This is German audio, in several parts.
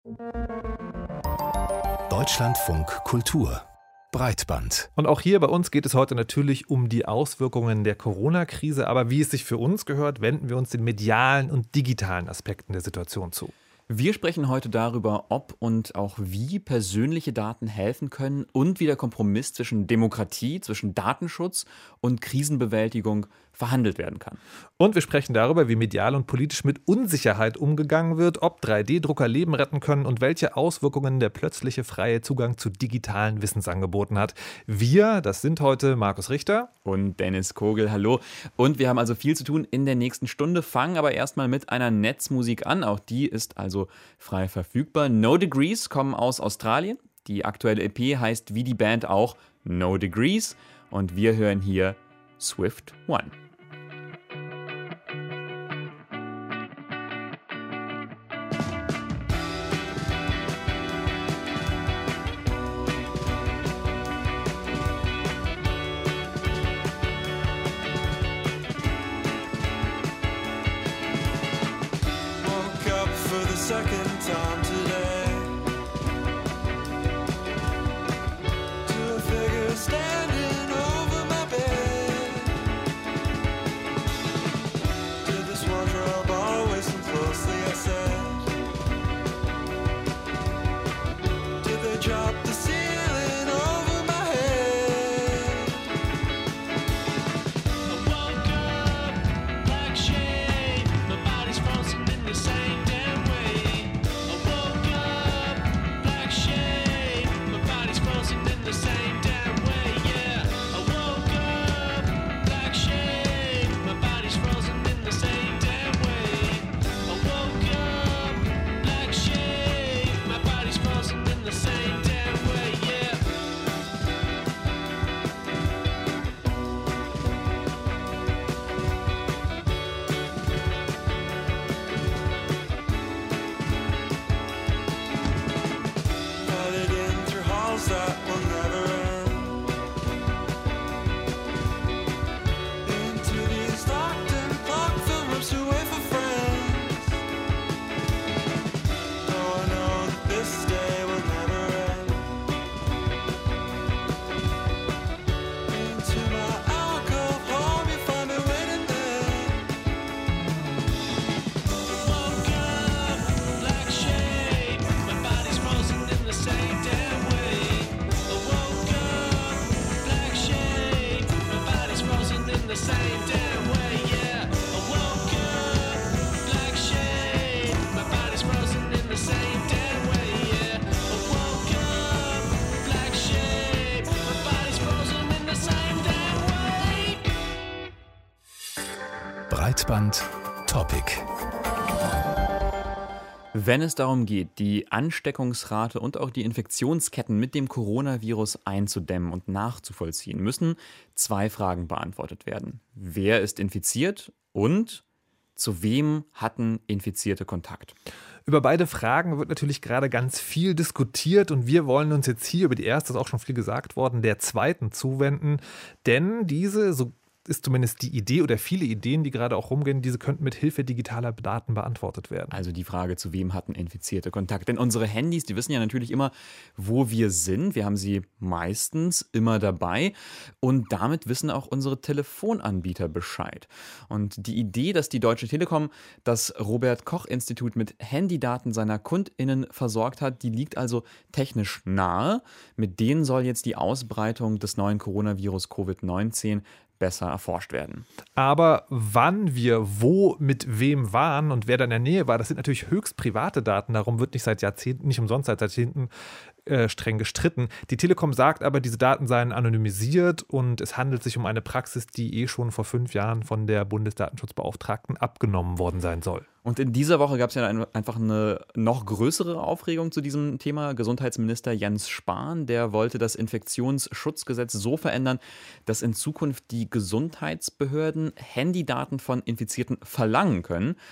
Deutschlandfunk Kultur Breitband. Und auch hier bei uns geht es heute natürlich um die Auswirkungen der Corona-Krise. Aber wie es sich für uns gehört, wenden wir uns den medialen und digitalen Aspekten der Situation zu. Wir sprechen heute darüber, ob und auch wie persönliche Daten helfen können und wie der Kompromiss zwischen Demokratie, zwischen Datenschutz und Krisenbewältigung verhandelt werden kann. Und wir sprechen darüber, wie medial und politisch mit Unsicherheit umgegangen wird, ob 3D-Drucker Leben retten können und welche Auswirkungen der plötzliche freie Zugang zu digitalen Wissensangeboten hat. Wir, das sind heute Markus Richter und Dennis Kogel, hallo. Und wir haben also viel zu tun in der nächsten Stunde, fangen aber erstmal mit einer Netzmusik an. Auch die ist also frei verfügbar. No Degrees kommen aus Australien. Die aktuelle EP heißt wie die Band auch No Degrees. Und wir hören hier Swift One. Breitband Topic. Wenn es darum geht, die Ansteckungsrate und auch die Infektionsketten mit dem Coronavirus einzudämmen und nachzuvollziehen, müssen 2 Fragen beantwortet werden. Wer ist infiziert und zu wem hatten Infizierte Kontakt? Über beide Fragen wird natürlich gerade ganz viel diskutiert und wir wollen uns jetzt hier über die erste, ist auch schon viel gesagt worden, der zweiten zuwenden, denn diese, so ist zumindest die Idee oder viele Ideen, die gerade auch rumgehen, diese könnten mit Hilfe digitaler Daten beantwortet werden. Also die Frage, zu wem hatten Infizierte Kontakt? Denn unsere Handys, die wissen ja natürlich immer, wo wir sind. Wir haben sie meistens immer dabei und damit wissen auch unsere Telefonanbieter Bescheid. Und die Idee, dass die Deutsche Telekom das Robert-Koch-Institut mit Handydaten seiner KundInnen versorgt hat, die liegt also technisch nahe. Mit denen soll jetzt die Ausbreitung des neuen Coronavirus Covid-19 besser erforscht werden. Aber wann wir wo mit wem waren und wer da in der Nähe war, das sind natürlich höchst private Daten. Darum wird nicht umsonst seit Jahrzehnten streng gestritten. Die Telekom sagt aber, diese Daten seien anonymisiert und es handelt sich um eine Praxis, die schon vor 5 Jahren von der Bundesdatenschutzbeauftragten abgenommen worden sein soll. Und in dieser Woche gab es ja einfach eine noch größere Aufregung zu diesem Thema. Gesundheitsminister Jens Spahn, der wollte das Infektionsschutzgesetz so verändern, dass in Zukunft die Gesundheitsbehörden Handydaten von Infizierten verlangen können.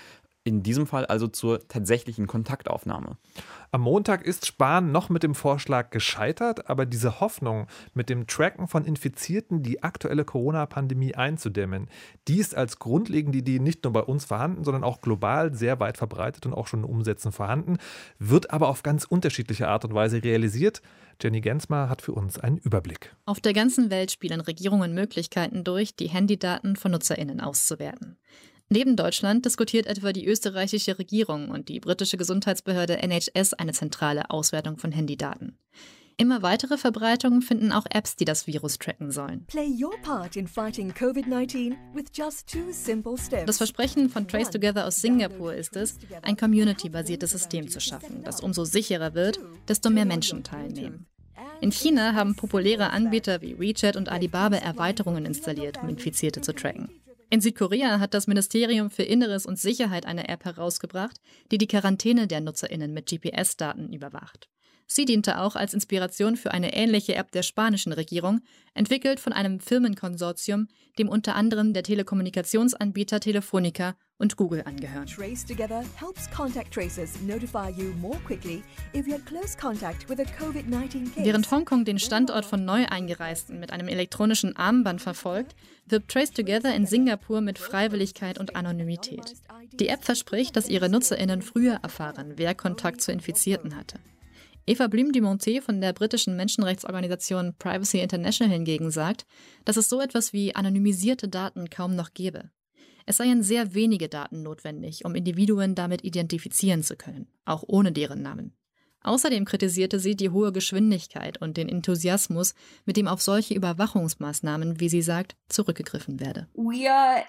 In diesem Fall also zur tatsächlichen Kontaktaufnahme. Am Montag ist Spahn noch mit dem Vorschlag gescheitert, aber diese Hoffnung, mit dem Tracken von Infizierten die aktuelle Corona-Pandemie einzudämmen, die ist als grundlegende Idee nicht nur bei uns vorhanden, sondern auch global sehr weit verbreitet und auch schon in Umsätzen vorhanden, wird aber auf ganz unterschiedliche Art und Weise realisiert. Jenny Gensmer hat für uns einen Überblick. Auf der ganzen Welt spielen Regierungen Möglichkeiten durch, die Handydaten von NutzerInnen auszuwerten. Neben Deutschland diskutiert etwa die österreichische Regierung und die britische Gesundheitsbehörde NHS eine zentrale Auswertung von Handydaten. Immer weitere Verbreitungen finden auch Apps, die das Virus tracken sollen. Play your part in fighting COVID-19 with just 2 simple steps. Das Versprechen von Trace Together aus Singapur ist es, ein community-basiertes System zu schaffen, das umso sicherer wird, desto mehr Menschen teilnehmen. In China haben populäre Anbieter wie WeChat und Alibaba Erweiterungen installiert, um Infizierte zu tracken. In Südkorea hat das Ministerium für Inneres und Sicherheit eine App herausgebracht, die die Quarantäne der NutzerInnen mit GPS-Daten überwacht. Sie diente auch als Inspiration für eine ähnliche App der spanischen Regierung, entwickelt von einem Firmenkonsortium, dem unter anderem der Telekommunikationsanbieter Telefonica und Google angehören. Trace Together helps contact tracers notify you more quickly if you had close contact with a COVID-19 case. Während Hongkong den Standort von Neueingereisten mit einem elektronischen Armband verfolgt, wirbt Trace Together in Singapur mit Freiwilligkeit und Anonymität. Die App verspricht, dass ihre NutzerInnen früher erfahren, wer Kontakt zu Infizierten hatte. Eva Blüm-Dumontet von der britischen Menschenrechtsorganisation Privacy International hingegen sagt, dass es so etwas wie anonymisierte Daten kaum noch gäbe. Es seien sehr wenige Daten notwendig, um Individuen damit identifizieren zu können, auch ohne deren Namen. Außerdem kritisierte sie die hohe Geschwindigkeit und den Enthusiasmus, mit dem auf solche Überwachungsmaßnahmen, wie sie sagt, zurückgegriffen werde. Wir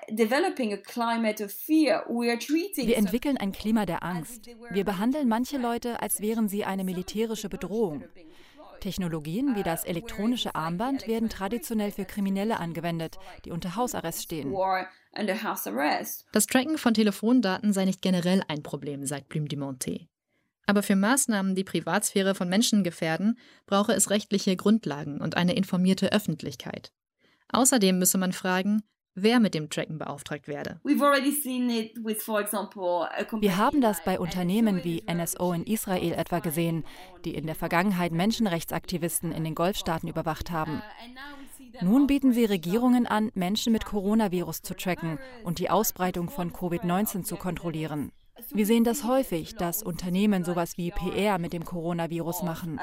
entwickeln ein Klima der Angst. Wir behandeln manche Leute, als wären sie eine militärische Bedrohung. Technologien wie das elektronische Armband werden traditionell für Kriminelle angewendet, die unter Hausarrest stehen. Das Tracken von Telefondaten sei nicht generell ein Problem, sagt Blüm-Dumontet. Aber für Maßnahmen, die Privatsphäre von Menschen gefährden, brauche es rechtliche Grundlagen und eine informierte Öffentlichkeit. Außerdem müsse man fragen, wer mit dem Tracken beauftragt werde. Wir haben das bei Unternehmen wie NSO in Israel etwa gesehen, die in der Vergangenheit Menschenrechtsaktivisten in den Golfstaaten überwacht haben. Nun bieten sie Regierungen an, Menschen mit Coronavirus zu tracken und die Ausbreitung von Covid-19 zu kontrollieren. Wir sehen das häufig, dass Unternehmen sowas wie PR mit dem Coronavirus machen.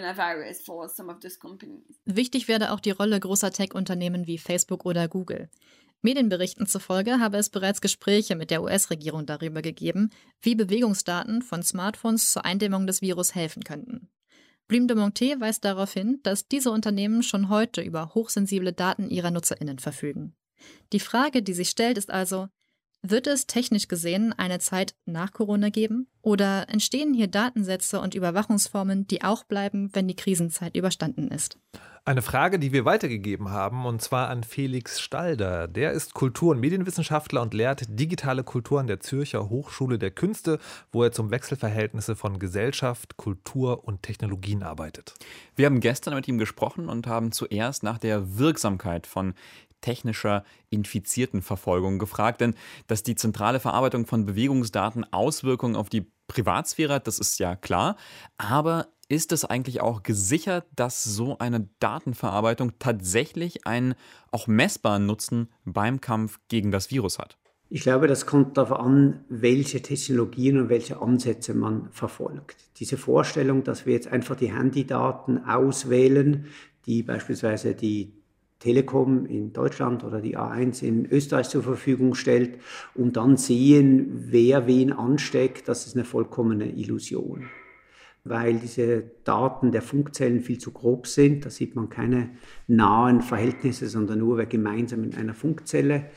Wichtig werde auch die Rolle großer Tech-Unternehmen wie Facebook oder Google. Medienberichten zufolge habe es bereits Gespräche mit der US-Regierung darüber gegeben, wie Bewegungsdaten von Smartphones zur Eindämmung des Virus helfen könnten. Blüm-Dumontet weist darauf hin, dass diese Unternehmen schon heute über hochsensible Daten ihrer NutzerInnen verfügen. Die Frage, die sich stellt, ist also: Wird es technisch gesehen eine Zeit nach Corona geben? Oder entstehen hier Datensätze und Überwachungsformen, die auch bleiben, wenn die Krisenzeit überstanden ist? Eine Frage, die wir weitergegeben haben, und zwar an Felix Stalder. Der ist Kultur- und Medienwissenschaftler und lehrt digitale Kultur an der Zürcher Hochschule der Künste, wo er zum Wechselverhältnisse von Gesellschaft, Kultur und Technologien arbeitet. Wir haben gestern mit ihm gesprochen und haben zuerst nach der Wirksamkeit von technischer Infiziertenverfolgung gefragt, denn dass die zentrale Verarbeitung von Bewegungsdaten Auswirkungen auf die Privatsphäre hat, das ist ja klar, aber ist es eigentlich auch gesichert, dass so eine Datenverarbeitung tatsächlich einen auch messbaren Nutzen beim Kampf gegen das Virus hat? Ich glaube, das kommt darauf an, welche Technologien und welche Ansätze man verfolgt. Diese Vorstellung, dass wir jetzt einfach die Handydaten auswählen, die beispielsweise die Telekom in Deutschland oder die A1 in Österreich zur Verfügung stellt und dann sehen, wer wen ansteckt, das ist eine vollkommene Illusion. Weil diese Daten der Funkzellen viel zu grob sind. Da sieht man keine nahen Verhältnisse, sondern nur, wer gemeinsam in einer Funkzelle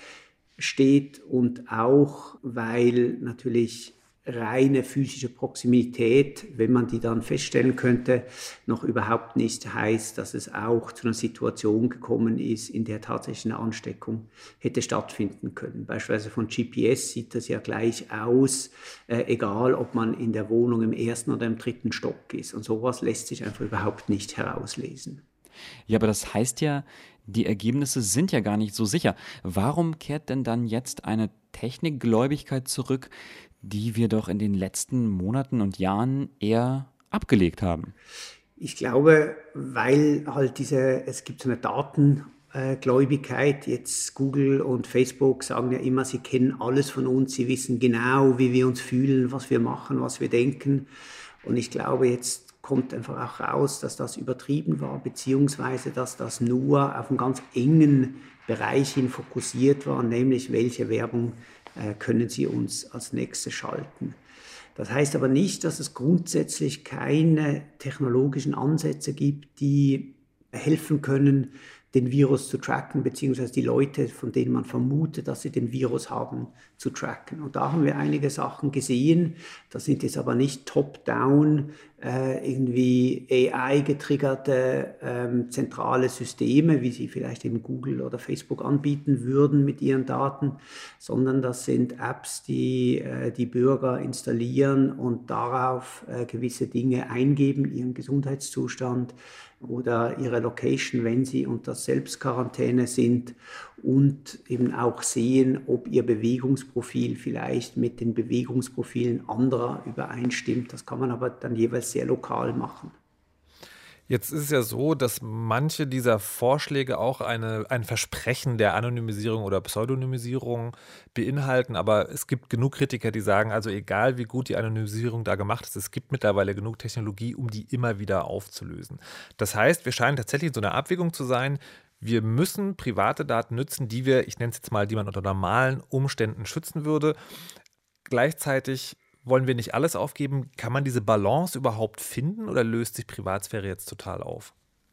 steht. Und auch, weil natürlich reine physische Proximität, wenn man die dann feststellen könnte, noch überhaupt nicht heißt, dass es auch zu einer Situation gekommen ist, in der tatsächlich eine Ansteckung hätte stattfinden können. Beispielsweise von GPS sieht das ja gleich aus, egal ob man in der Wohnung im 1. oder im 3. Stock ist. Und sowas lässt sich einfach überhaupt nicht herauslesen. Ja, aber das heißt ja, die Ergebnisse sind ja gar nicht so sicher. Warum kehrt denn dann jetzt eine Technikgläubigkeit zurück, die wir doch in den letzten Monaten und Jahren eher abgelegt haben? Ich glaube, weil halt es gibt so eine Datengläubigkeit. Jetzt Google und Facebook sagen ja immer, sie kennen alles von uns, sie wissen genau, wie wir uns fühlen, was wir machen, was wir denken. Und ich glaube, jetzt kommt einfach auch raus, dass das übertrieben war, beziehungsweise dass das nur auf einen ganz engen Bereich hin fokussiert war, nämlich welche Werbung können Sie uns als nächstes schalten. Das heißt aber nicht, dass es grundsätzlich keine technologischen Ansätze gibt, die helfen können, den Virus zu tracken, beziehungsweise die Leute, von denen man vermutet, dass sie den Virus haben, zu tracken. Und da haben wir einige Sachen gesehen. Das sind jetzt aber nicht top-down, irgendwie AI-getriggerte zentrale Systeme, wie sie vielleicht eben Google oder Facebook anbieten würden mit ihren Daten, sondern das sind Apps, die die Bürger installieren und darauf gewisse Dinge eingeben, ihren Gesundheitszustand oder ihre Location, wenn sie unter Selbstquarantäne sind, und eben auch sehen, ob ihr Bewegungsprofil vielleicht mit den Bewegungsprofilen anderer übereinstimmt. Das kann man aber dann jeweils sehr lokal machen. Jetzt ist es ja so, dass manche dieser Vorschläge auch ein Versprechen der Anonymisierung oder Pseudonymisierung beinhalten, aber es gibt genug Kritiker, die sagen, also egal wie gut die Anonymisierung da gemacht ist, es gibt mittlerweile genug Technologie, um die immer wieder aufzulösen. Das heißt, wir scheinen tatsächlich in so einer Abwägung zu sein, wir müssen private Daten nutzen, die wir, ich nenne es jetzt mal, die man unter normalen Umständen schützen würde. Gleichzeitig wollen wir nicht alles aufgeben? Kann man diese Balance überhaupt finden oder löst sich Privatsphäre jetzt total auf?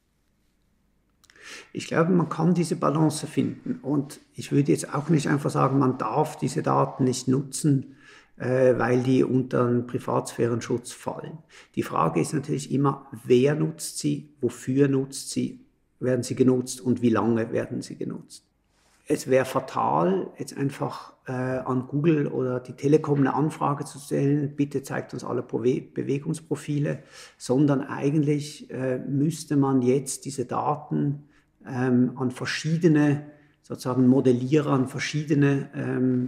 Ich glaube, man kann diese Balance finden. Und ich würde jetzt auch nicht einfach sagen, man darf diese Daten nicht nutzen, weil die unter den Privatsphärenschutz fallen. Die Frage ist natürlich immer, wer nutzt sie, wofür nutzt sie, werden sie genutzt und wie lange werden sie genutzt. Es wäre fatal, jetzt einfach an Google oder die Telekom eine Anfrage zu stellen, bitte zeigt uns alle Bewegungsprofile, sondern eigentlich müsste man jetzt diese Daten an verschiedene sozusagen Modellierer, an verschiedene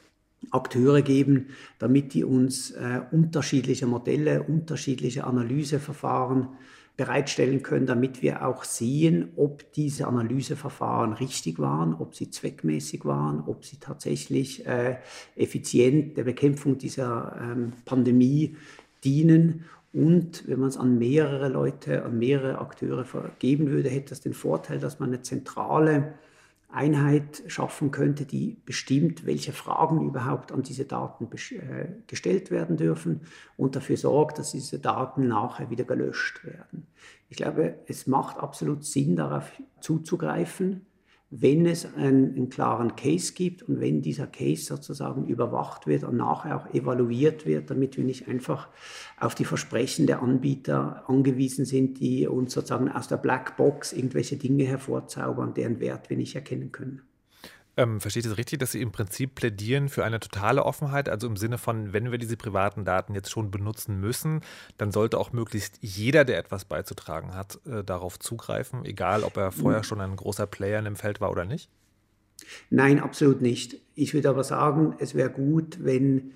Akteure geben, damit die uns unterschiedliche Modelle, unterschiedliche Analyseverfahren bereitstellen können, damit wir auch sehen, ob diese Analyseverfahren richtig waren, ob sie zweckmäßig waren, ob sie tatsächlich effizient der Bekämpfung dieser Pandemie dienen. Und wenn man es an mehrere Leute, an mehrere Akteure vergeben würde, hätte das den Vorteil, dass man eine zentrale Einheit schaffen könnte, die bestimmt, welche Fragen überhaupt an diese Daten gestellt werden dürfen und dafür sorgt, dass diese Daten nachher wieder gelöscht werden. Ich glaube, es macht absolut Sinn, darauf zuzugreifen, wenn es einen klaren Case gibt und wenn dieser Case sozusagen überwacht wird und nachher auch evaluiert wird, damit wir nicht einfach auf die Versprechen der Anbieter angewiesen sind, die uns sozusagen aus der Blackbox irgendwelche Dinge hervorzaubern, deren Wert wir nicht erkennen können. Verstehe ich das richtig, dass Sie im Prinzip plädieren für eine totale Offenheit, also im Sinne von, wenn wir diese privaten Daten jetzt schon benutzen müssen, dann sollte auch möglichst jeder, der etwas beizutragen hat, darauf zugreifen, egal ob er vorher schon ein großer Player in dem Feld war oder nicht? Nein, absolut nicht. Ich würde aber sagen, es wäre gut, wenn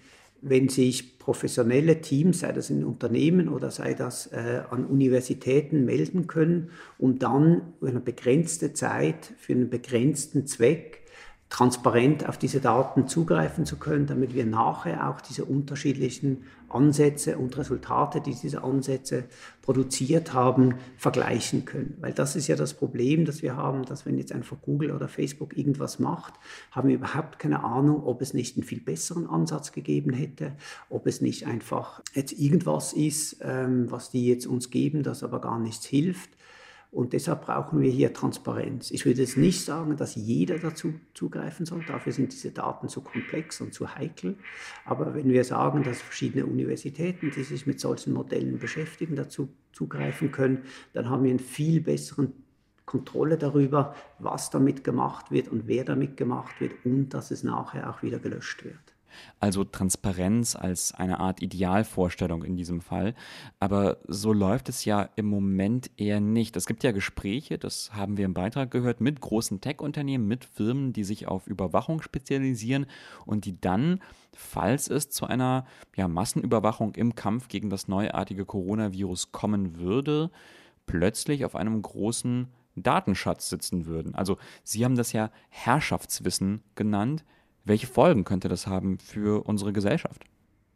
sich professionelle Teams, sei das in Unternehmen oder sei das an Universitäten, melden können, um dann für eine begrenzte Zeit, für einen begrenzten Zweck transparent auf diese Daten zugreifen zu können, damit wir nachher auch diese unterschiedlichen Ansätze und Resultate, die diese Ansätze produziert haben, vergleichen können. Weil das ist ja das Problem, das wir haben, dass wenn jetzt einfach Google oder Facebook irgendwas macht, haben wir überhaupt keine Ahnung, ob es nicht einen viel besseren Ansatz gegeben hätte, ob es nicht einfach jetzt irgendwas ist, was die jetzt uns geben, das aber gar nichts hilft. Und deshalb brauchen wir hier Transparenz. Ich würde jetzt nicht sagen, dass jeder dazu zugreifen soll. Dafür sind diese Daten zu komplex und zu heikel. Aber wenn wir sagen, dass verschiedene Universitäten, die sich mit solchen Modellen beschäftigen, dazu zugreifen können, dann haben wir eine viel bessere Kontrolle darüber, was damit gemacht wird und wer damit gemacht wird und dass es nachher auch wieder gelöscht wird. Also Transparenz als eine Art Idealvorstellung in diesem Fall. Aber so läuft es ja im Moment eher nicht. Es gibt ja Gespräche, das haben wir im Beitrag gehört, mit großen Tech-Unternehmen, mit Firmen, die sich auf Überwachung spezialisieren und die dann, falls es zu einer Massenüberwachung im Kampf gegen das neuartige Coronavirus kommen würde, plötzlich auf einem großen Datenschatz sitzen würden. Also Sie haben das ja Herrschaftswissen genannt. Welche Folgen könnte das haben für unsere Gesellschaft?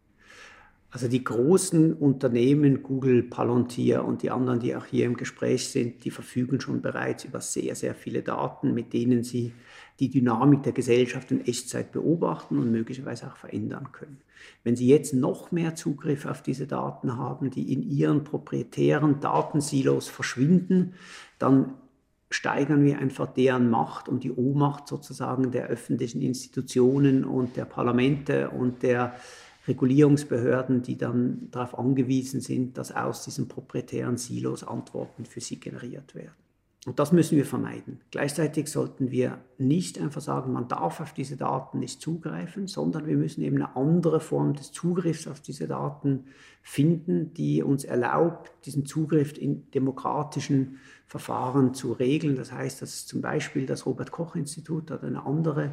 Also die großen Unternehmen, Google, Palantir und die anderen, die auch hier im Gespräch sind, die verfügen schon bereits über sehr, sehr viele Daten, mit denen sie die Dynamik der Gesellschaft in Echtzeit beobachten und möglicherweise auch verändern können. Wenn Sie jetzt noch mehr Zugriff auf diese Daten haben, die in ihren proprietären Datensilos verschwinden, dann steigern wir einfach deren Macht und die Ohnmacht sozusagen der öffentlichen Institutionen und der Parlamente und der Regulierungsbehörden, die dann darauf angewiesen sind, dass aus diesen proprietären Silos Antworten für sie generiert werden. Und das müssen wir vermeiden. Gleichzeitig sollten wir nicht einfach sagen, man darf auf diese Daten nicht zugreifen, sondern wir müssen eben eine andere Form des Zugriffs auf diese Daten finden, die uns erlaubt, diesen Zugriff in demokratischen Verfahren zu regeln. Das heißt, dass zum Beispiel das Robert-Koch-Institut oder eine andere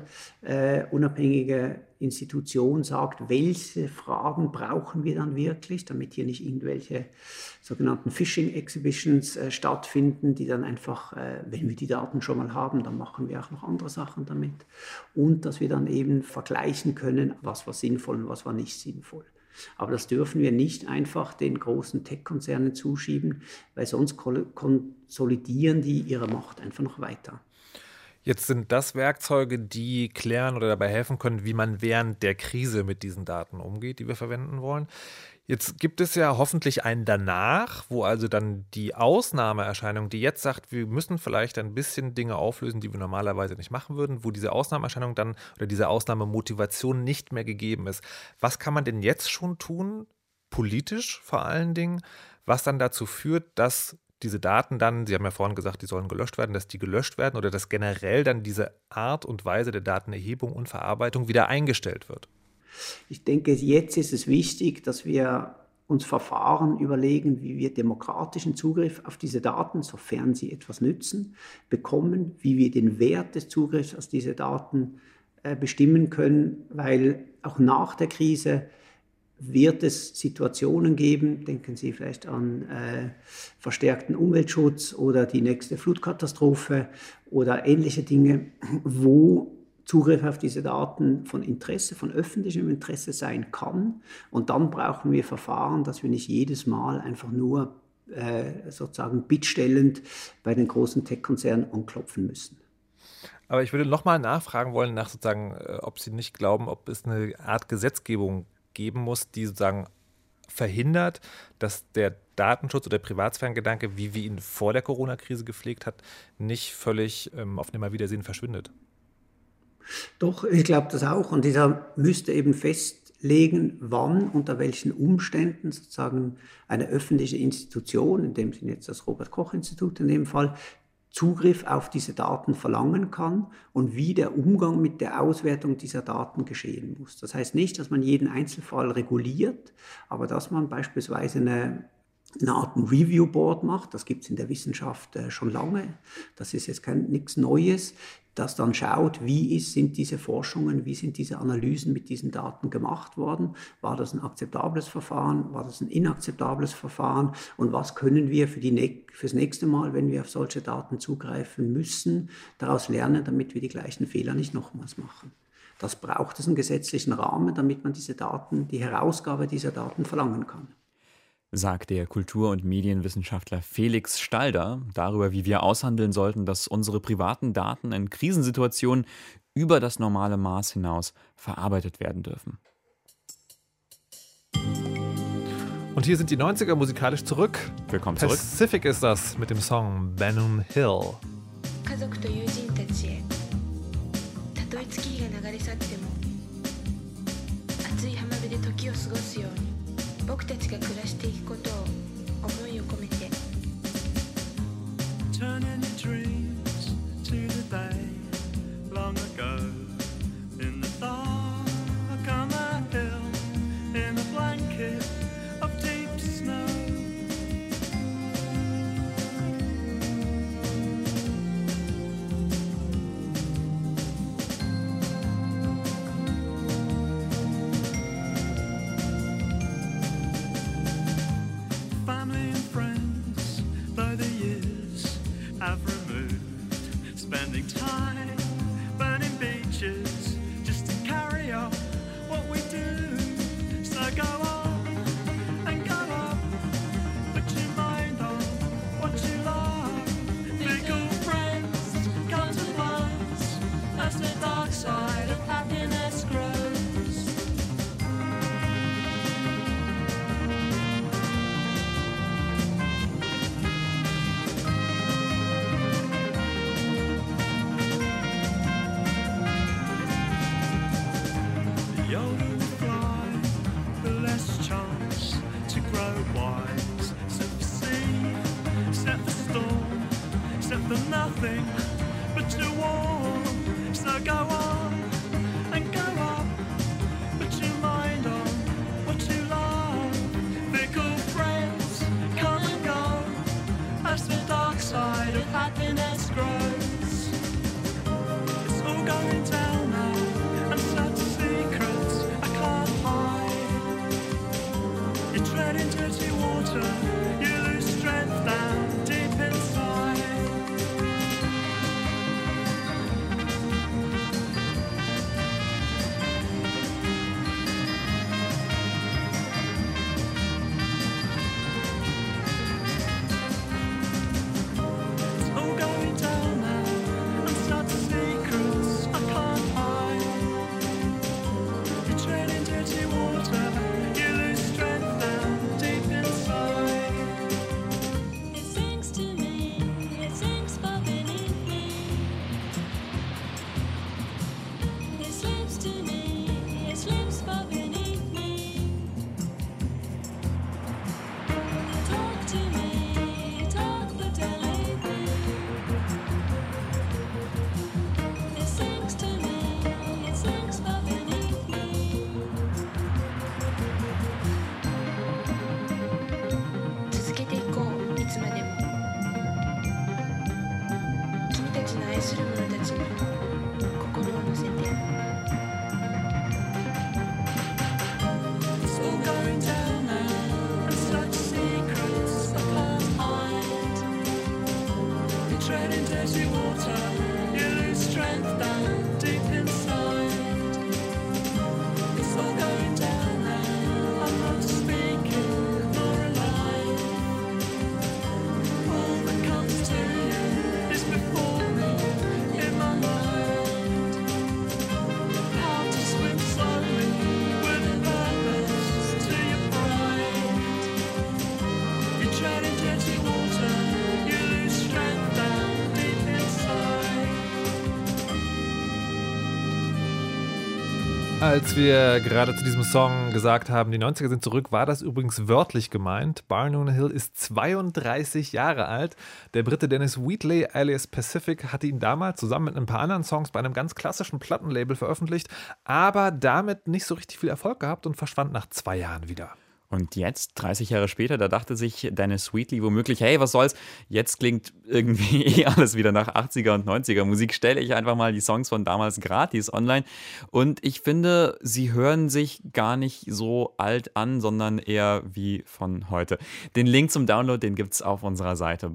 unabhängige Institution sagt, welche Fragen brauchen wir dann wirklich, damit hier nicht irgendwelche sogenannten Phishing-Exhibitions stattfinden, die dann einfach, wenn wir die Daten schon mal haben, dann machen wir auch noch andere Sachen damit. Und dass wir dann eben vergleichen können, was war sinnvoll und was war nicht sinnvoll. Aber das dürfen wir nicht einfach den großen Tech-Konzernen zuschieben, weil sonst konsolidieren die ihre Macht einfach noch weiter. Jetzt sind das Werkzeuge, die klären oder dabei helfen können, wie man während der Krise mit diesen Daten umgeht, die wir verwenden wollen. Jetzt gibt es ja hoffentlich einen danach, wo also dann die Ausnahmeerscheinung, die jetzt sagt, wir müssen vielleicht ein bisschen Dinge auflösen, die wir normalerweise nicht machen würden, wo diese Ausnahmeerscheinung dann oder diese Ausnahmemotivation nicht mehr gegeben ist. Was kann man denn jetzt schon tun, politisch vor allen Dingen, was dann dazu führt, dass diese Daten dann, Sie haben ja vorhin gesagt, die sollen gelöscht werden, dass die gelöscht werden oder dass generell dann diese Art und Weise der Datenerhebung und Verarbeitung wieder eingestellt wird? Ich denke, jetzt ist es wichtig, dass wir uns Verfahren überlegen, wie wir demokratischen Zugriff auf diese Daten, sofern sie etwas nützen, bekommen, wie wir den Wert des Zugriffs auf diese Daten bestimmen können, weil auch nach der Krise wird es Situationen geben, denken Sie vielleicht an verstärkten Umweltschutz oder die nächste Flutkatastrophe oder ähnliche Dinge, wo Zugriff auf diese Daten von Interesse, von öffentlichem Interesse sein kann. Und dann brauchen wir Verfahren, dass wir nicht jedes Mal einfach nur sozusagen bittstellend bei den großen Tech-Konzernen anklopfen müssen. Aber ich würde nochmal nachfragen wollen, nach sozusagen, ob Sie nicht glauben, ob es eine Art Gesetzgebung geben muss, die sozusagen verhindert, dass der Datenschutz oder der Privatsphärengedanke, wie wir ihn vor der Corona-Krise gepflegt hat, nicht völlig auf Nimmerwiedersehen verschwindet. Doch, ich glaube das auch. Und dieser müsste eben festlegen, wann, unter welchen Umständen sozusagen eine öffentliche Institution, in dem Sinne jetzt das Robert-Koch-Institut in dem Fall, Zugriff auf diese Daten verlangen kann und wie der Umgang mit der Auswertung dieser Daten geschehen muss. Das heißt nicht, dass man jeden Einzelfall reguliert, aber dass man beispielsweise eine Art Review Board macht. Das gibt es in der Wissenschaft schon lange. Das ist jetzt nichts Neues, das dann schaut, sind diese Forschungen, wie sind diese Analysen mit diesen Daten gemacht worden? War das ein akzeptables Verfahren? War das ein inakzeptables Verfahren? Und was können wir fürs nächste Mal, wenn wir auf solche Daten zugreifen müssen, daraus lernen, damit wir die gleichen Fehler nicht nochmals machen? Das braucht es einen gesetzlichen Rahmen, damit man die Herausgabe dieser Daten verlangen kann. Sagt der Kultur- und Medienwissenschaftler Felix Stalder darüber, wie wir aushandeln sollten, dass unsere privaten Daten in Krisensituationen über das normale Maß hinaus verarbeitet werden dürfen. Und hier sind die 90er musikalisch zurück. Willkommen zurück. Pacific ist das mit dem Song Bannon Hill. 家族と友人たちへたとえ月日が流れ去っても熱い浜辺で時を過ごすように僕たちが暮らしていくことを思いを込めて Turn your dreams to the day long ago in the dark come nothing but to walk. So go on and go up, put your mind on what you love. Fickle friends come and go as the dark side of happiness grows. It's all going down now, and such secrets I can't hide. You tread in dirty water, you lose strength down deep inside. It's all going down now, and such secrets I can't hide. You tread in dirty water, you lose strength down deep inside. It sinks to me, it sinks far beneath me. It slips to me, it slips far beneath me. Talk to me, talk but don't leave me. It sinks to me, it sinks far beneath me. 続けていこう、いつまでも。君たちの愛する者たちに心を乗せて。 It's all going down now, and such secrets I can't hide. You tread in dirty water, you lose strength down deep inside. It's all going down now, I'm not speaking nor alive. All that comes to you is before me in my mind. How to swim slowly with a purpose to your pride. You tread in dirty water, you lose strength down deep inside. Als wir gerade zu diesem Song gesagt haben, die 90er sind zurück, war das übrigens wörtlich gemeint. Barnum Hill ist 32 Jahre alt. Der Brite Dennis Wheatley alias Pacific hatte ihn damals zusammen mit ein paar anderen Songs bei einem ganz klassischen Plattenlabel veröffentlicht, aber damit nicht so richtig viel Erfolg gehabt und verschwand nach 2 Jahren wieder. Und jetzt, 30 Jahre später, da dachte sich Dennis Wheatley womöglich, hey, was soll's, jetzt klingt irgendwie alles wieder nach 80er und 90er Musik, stelle ich einfach mal die Songs von damals gratis online. Und ich finde, sie hören sich gar nicht so alt an, sondern eher wie von heute. Den Link zum Download, den gibt's auf unserer Seite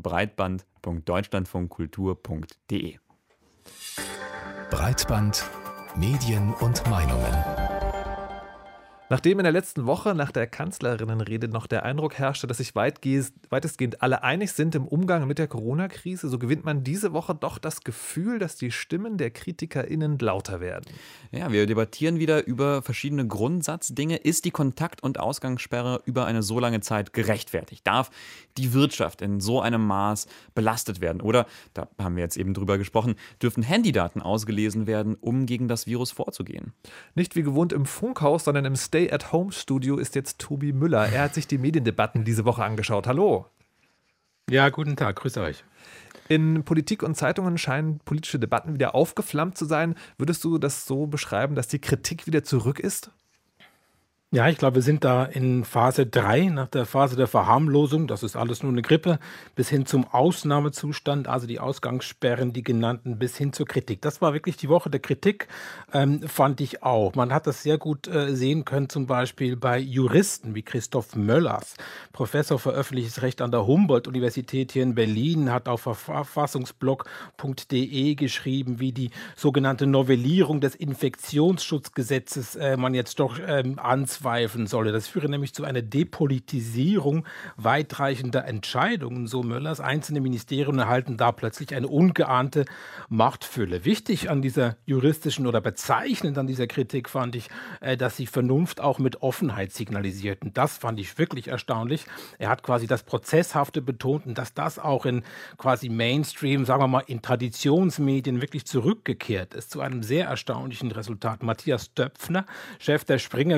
breitband.deutschlandfunkkultur.de. Breitband, Medien und Meinungen. Nachdem in der letzten Woche nach der Kanzlerinnenrede noch der Eindruck herrschte, dass sich weitestgehend alle einig sind im Umgang mit der Corona-Krise, so gewinnt man diese Woche doch das Gefühl, dass die Stimmen der KritikerInnen lauter werden. Ja, wir debattieren wieder über verschiedene Grundsatzdinge. Ist die Kontakt- und Ausgangssperre über eine so lange Zeit gerechtfertigt? Darf die Wirtschaft in so einem Maß belastet werden? Oder, da haben wir jetzt eben drüber gesprochen, dürfen Handydaten ausgelesen werden, um gegen das Virus vorzugehen? Nicht wie gewohnt im Funkhaus, sondern im Stay-at-Home-Studio ist jetzt Tobi Müller. Er hat sich die Mediendebatten diese Woche angeschaut. Hallo. Ja, guten Tag, grüße euch. In Politik und Zeitungen scheinen politische Debatten wieder aufgeflammt zu sein. Würdest du das so beschreiben, dass die Kritik wieder zurück ist? Ja, ich glaube, wir sind da in Phase 3, nach der Phase der Verharmlosung, das ist alles nur eine Grippe, bis hin zum Ausnahmezustand, also die Ausgangssperren, die genannten, bis hin zur Kritik. Das war wirklich die Woche der Kritik, fand ich auch. Man hat das sehr gut sehen können, zum Beispiel bei Juristen wie Christoph Möllers, Professor für öffentliches Recht an der Humboldt-Universität hier in Berlin, hat auf verfassungsblog.de geschrieben, wie die sogenannte Novellierung des Infektionsschutzgesetzes man jetzt doch anzweifeln solle. Das führe nämlich zu einer Depolitisierung weitreichender Entscheidungen, so Möllers. Einzelne Ministerien erhalten da plötzlich eine ungeahnte Machtfülle. Wichtig an dieser juristischen oder bezeichnend an dieser Kritik fand ich, dass sie Vernunft auch mit Offenheit signalisiert. Und das fand ich wirklich erstaunlich. Er hat quasi das Prozesshafte betont und dass das auch in quasi Mainstream, sagen wir mal, in Traditionsmedien wirklich zurückgekehrt ist, zu einem sehr erstaunlichen Resultat. Matthias Döpfner, Chef der Springer-Gruppe, schreibt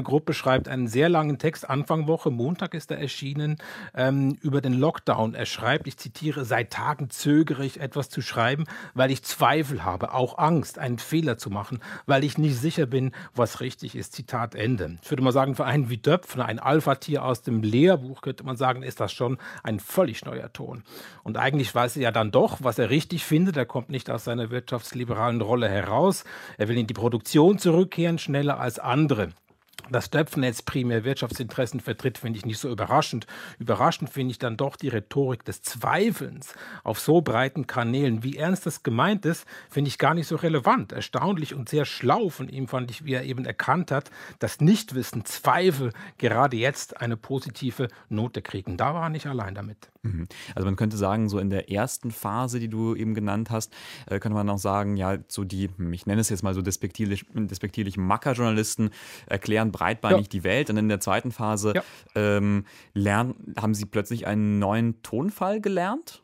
schreibt einen sehr langen Text, Anfang Woche, Montag ist er erschienen, über den Lockdown. Er schreibt, ich zitiere, seit Tagen zögere ich etwas zu schreiben, weil ich Zweifel habe, auch Angst, einen Fehler zu machen, weil ich nicht sicher bin, was richtig ist. Zitat Ende. Ich würde mal sagen, für einen wie Döpfner, ein Alpha-Tier aus dem Lehrbuch, könnte man sagen, ist das schon ein völlig neuer Ton. Und eigentlich weiß er ja dann doch, was er richtig findet. Er kommt nicht aus seiner wirtschaftsliberalen Rolle heraus. Er will in die Produktion zurückkehren, schneller als andere. Dass Döpfner jetzt primär Wirtschaftsinteressen vertritt, finde ich nicht so überraschend. Überraschend finde ich dann doch die Rhetorik des Zweifelns auf so breiten Kanälen. Wie ernst das gemeint ist, finde ich gar nicht so relevant. Erstaunlich und sehr schlau von ihm fand ich, wie er eben erkannt hat, dass Nichtwissen, Zweifel gerade jetzt eine positive Note kriegen. Da war er nicht allein damit. Also man könnte sagen, so in der ersten Phase, die du eben genannt hast, könnte man auch sagen, ja, so die, ich nenne es jetzt mal so despektierlich Macker-Journalisten erklären breitbeinig die Welt. Und in der zweiten Phase haben sie plötzlich einen neuen Tonfall gelernt?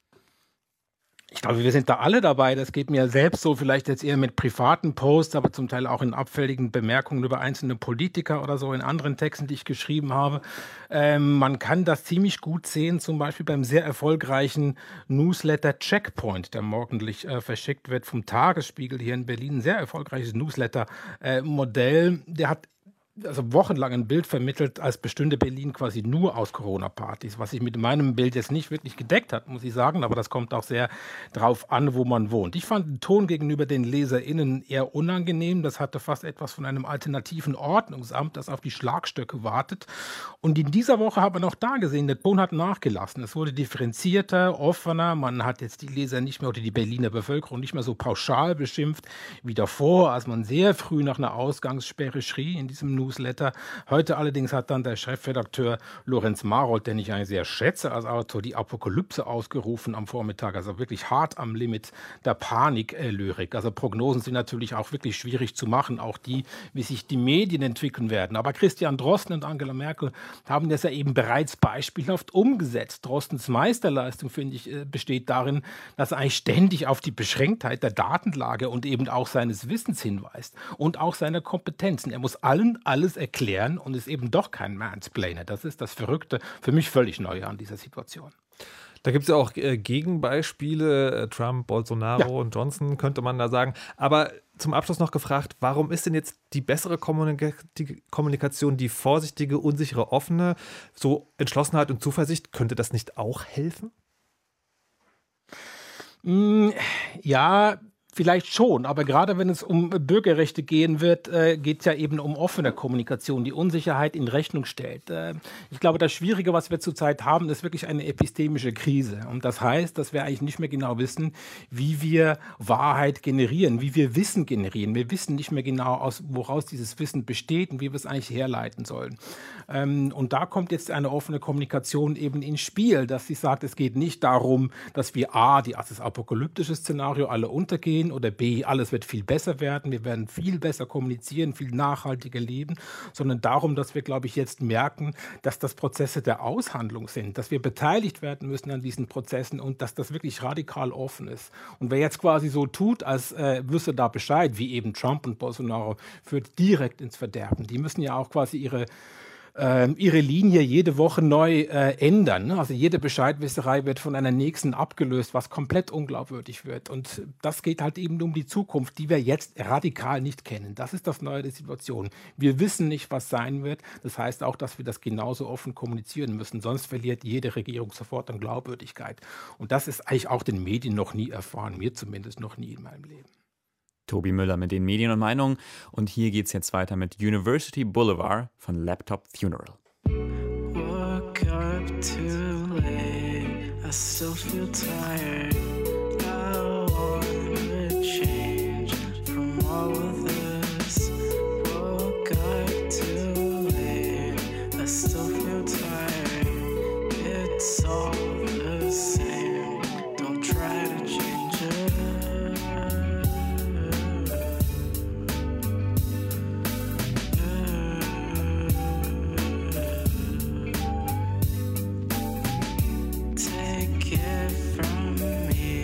Ich glaube, wir sind da alle dabei. Das geht mir selbst so, vielleicht jetzt eher mit privaten Posts, aber zum Teil auch in abfälligen Bemerkungen über einzelne Politiker oder so in anderen Texten, die ich geschrieben habe. Man kann das ziemlich gut sehen, zum Beispiel beim sehr erfolgreichen Newsletter Checkpoint, der morgendlich verschickt wird vom Tagesspiegel hier in Berlin. Ein sehr erfolgreiches Newsletter-Modell. Der hat wochenlang ein Bild vermittelt, als bestünde Berlin quasi nur aus Corona-Partys, was sich mit meinem Bild jetzt nicht wirklich gedeckt hat, muss ich sagen, aber das kommt auch sehr drauf an, wo man wohnt. Ich fand den Ton gegenüber den LeserInnen eher unangenehm. Das hatte fast etwas von einem alternativen Ordnungsamt, das auf die Schlagstöcke wartet. Und in dieser Woche hat man auch da gesehen, der Ton hat nachgelassen. Es wurde differenzierter, offener. Man hat jetzt die Leser nicht mehr oder die Berliner Bevölkerung nicht mehr so pauschal beschimpft wie davor, als man sehr früh nach einer Ausgangssperre schrie in diesem Newsletter. Heute allerdings hat dann der Chefredakteur Lorenz Marold, den ich eigentlich sehr schätze als Autor, die Apokalypse ausgerufen am Vormittag. Also wirklich hart am Limit der Panik-Lyrik. Also Prognosen sind natürlich auch wirklich schwierig zu machen, auch die, wie sich die Medien entwickeln werden. Aber Christian Drosten und Angela Merkel haben das ja eben bereits beispielhaft umgesetzt. Drostens Meisterleistung, finde ich, besteht darin, dass er eigentlich ständig auf die Beschränktheit der Datenlage und eben auch seines Wissens hinweist und auch seiner Kompetenzen. Er muss allen alles erklären und ist eben doch kein Mansplainer. Das ist das Verrückte, für mich völlig Neue an dieser Situation. Da gibt es ja auch Gegenbeispiele, Trump, Bolsonaro und Johnson, könnte man da sagen. Aber zum Abschluss noch gefragt, warum ist denn jetzt die bessere Kommunikation, die vorsichtige, unsichere, offene, so Entschlossenheit und Zuversicht, könnte das nicht auch helfen? Ja, vielleicht schon, aber gerade wenn es um Bürgerrechte gehen wird, geht es ja eben um offene Kommunikation, die Unsicherheit in Rechnung stellt. Ich glaube, das Schwierige, was wir zurzeit haben, ist wirklich eine epistemische Krise. Und das heißt, dass wir eigentlich nicht mehr genau wissen, wie wir Wahrheit generieren, wie wir Wissen generieren. Wir wissen nicht mehr genau, woraus dieses Wissen besteht und wie wir es eigentlich herleiten sollen. Und da kommt jetzt eine offene Kommunikation eben ins Spiel, dass sie sagt, es geht nicht darum, dass wir A, das apokalyptische Szenario alle untergehen, oder B, alles wird viel besser werden, wir werden viel besser kommunizieren, viel nachhaltiger leben, sondern darum, dass wir, glaube ich, jetzt merken, dass das Prozesse der Aushandlung sind, dass wir beteiligt werden müssen an diesen Prozessen und dass das wirklich radikal offen ist. Und wer jetzt quasi so tut, als wüsste da Bescheid, wie eben Trump und Bolsonaro, führt direkt ins Verderben. Die müssen ja auch quasi ihre Linie jede Woche neu ändern. Also jede Bescheidwisserei wird von einer nächsten abgelöst, was komplett unglaubwürdig wird. Und das geht halt eben um die Zukunft, die wir jetzt radikal nicht kennen. Das ist das Neue der Situation. Wir wissen nicht, was sein wird. Das heißt auch, dass wir das genauso offen kommunizieren müssen. Sonst verliert jede Regierung sofort an Glaubwürdigkeit. Und das ist eigentlich auch den Medien noch nie erfahren. Mir zumindest noch nie in meinem Leben. Tobi Müller mit den Medien und Meinungen. Und hier geht es jetzt weiter mit University Boulevard von Laptop Funeral. Woke up too late, I still feel tired. I wanna change from all of this. Woke up too late, I still feel tired. It's all the same, don't try to change it. Take it from me.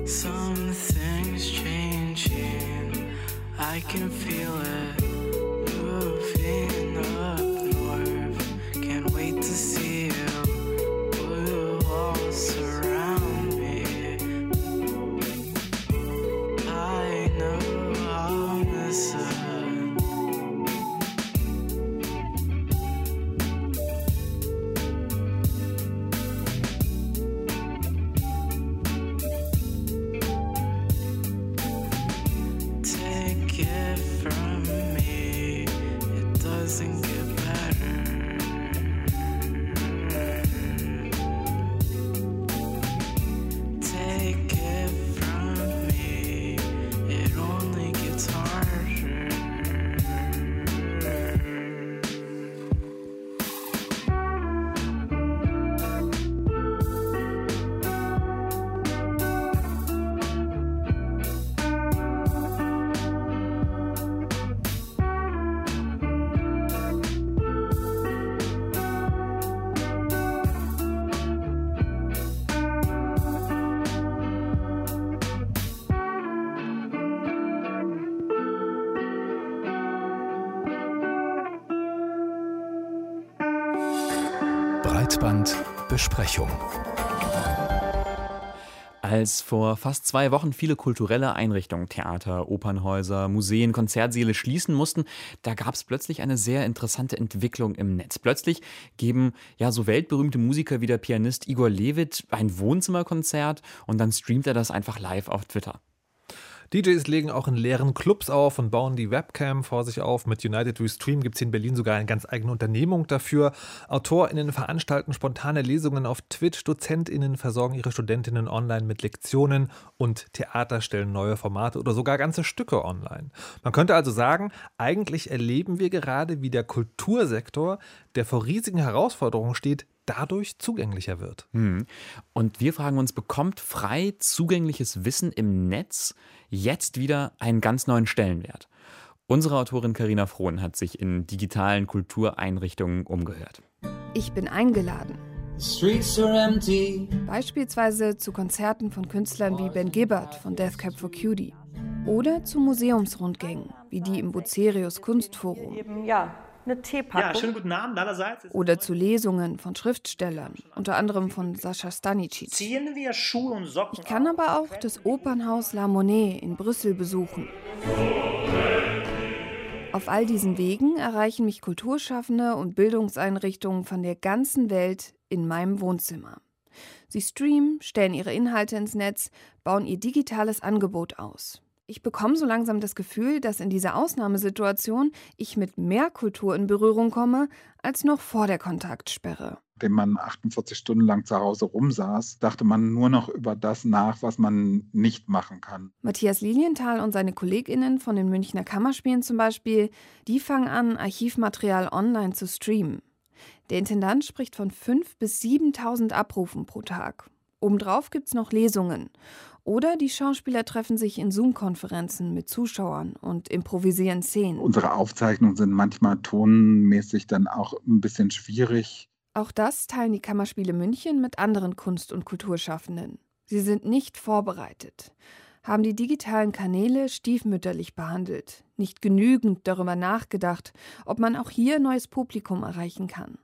Something's changing, I can feel it moving up north. Can't wait to see you, blue walls surround me. I know I'll miss it. Take it from me, it doesn't get better. Take it from me, it only gets harder. Breitbandbesprechung. Als vor fast 2 Wochen viele kulturelle Einrichtungen, Theater, Opernhäuser, Museen, Konzertsäle schließen mussten, da gab es plötzlich eine sehr interessante Entwicklung im Netz. Plötzlich geben ja so weltberühmte Musiker wie der Pianist Igor Levit ein Wohnzimmerkonzert und dann streamt er das einfach live auf Twitter. DJs legen auch in leeren Clubs auf und bauen die Webcam vor sich auf. Mit United We Stream gibt es hier in Berlin sogar eine ganz eigene Unternehmung dafür. AutorInnen veranstalten spontane Lesungen auf Twitch, DozentInnen versorgen ihre Studentinnen online mit Lektionen und Theater stellen neue Formate oder sogar ganze Stücke online. Man könnte also sagen, eigentlich erleben wir gerade, wie der Kultursektor, der vor riesigen Herausforderungen steht, dadurch zugänglicher wird. Und wir fragen uns, bekommt frei zugängliches Wissen im Netz jetzt wieder einen ganz neuen Stellenwert? Unsere Autorin Carina Frohn hat sich in digitalen Kultureinrichtungen umgehört. Ich bin eingeladen. Streets are empty. Beispielsweise zu Konzerten von Künstlern wie Ben Gibbard von Death Cab for Cutie. Oder zu Museumsrundgängen, wie die im Bucerius Kunstforum. Eine Teepackung. Ja, schönen guten Abend allerseits. Oder zu Lesungen von Schriftstellern, unter anderem von Sascha Stanicic. Ziehen wir Schuhe und Socken. Ich kann aber auch das Opernhaus La Monnaie in Brüssel besuchen. Auf all diesen Wegen erreichen mich Kulturschaffende und Bildungseinrichtungen von der ganzen Welt in meinem Wohnzimmer. Sie streamen, stellen ihre Inhalte ins Netz, bauen ihr digitales Angebot aus. Ich bekomme so langsam das Gefühl, dass in dieser Ausnahmesituation ich mit mehr Kultur in Berührung komme, als noch vor der Kontaktsperre. Nachdem man 48 Stunden lang zu Hause rumsaß, dachte man nur noch über das nach, was man nicht machen kann. Matthias Lilienthal und seine KollegInnen von den Münchner Kammerspielen zum Beispiel, die fangen an, Archivmaterial online zu streamen. Der Intendant spricht von 5.000 bis 7.000 Abrufen pro Tag. Obendrauf gibt es noch Lesungen. Oder die Schauspieler treffen sich in Zoom-Konferenzen mit Zuschauern und improvisieren Szenen. Unsere Aufzeichnungen sind manchmal tonmäßig dann auch ein bisschen schwierig. Auch das teilen die Kammerspiele München mit anderen Kunst- und Kulturschaffenden. Sie sind nicht vorbereitet, haben die digitalen Kanäle stiefmütterlich behandelt, nicht genügend darüber nachgedacht, ob man auch hier neues Publikum erreichen kann.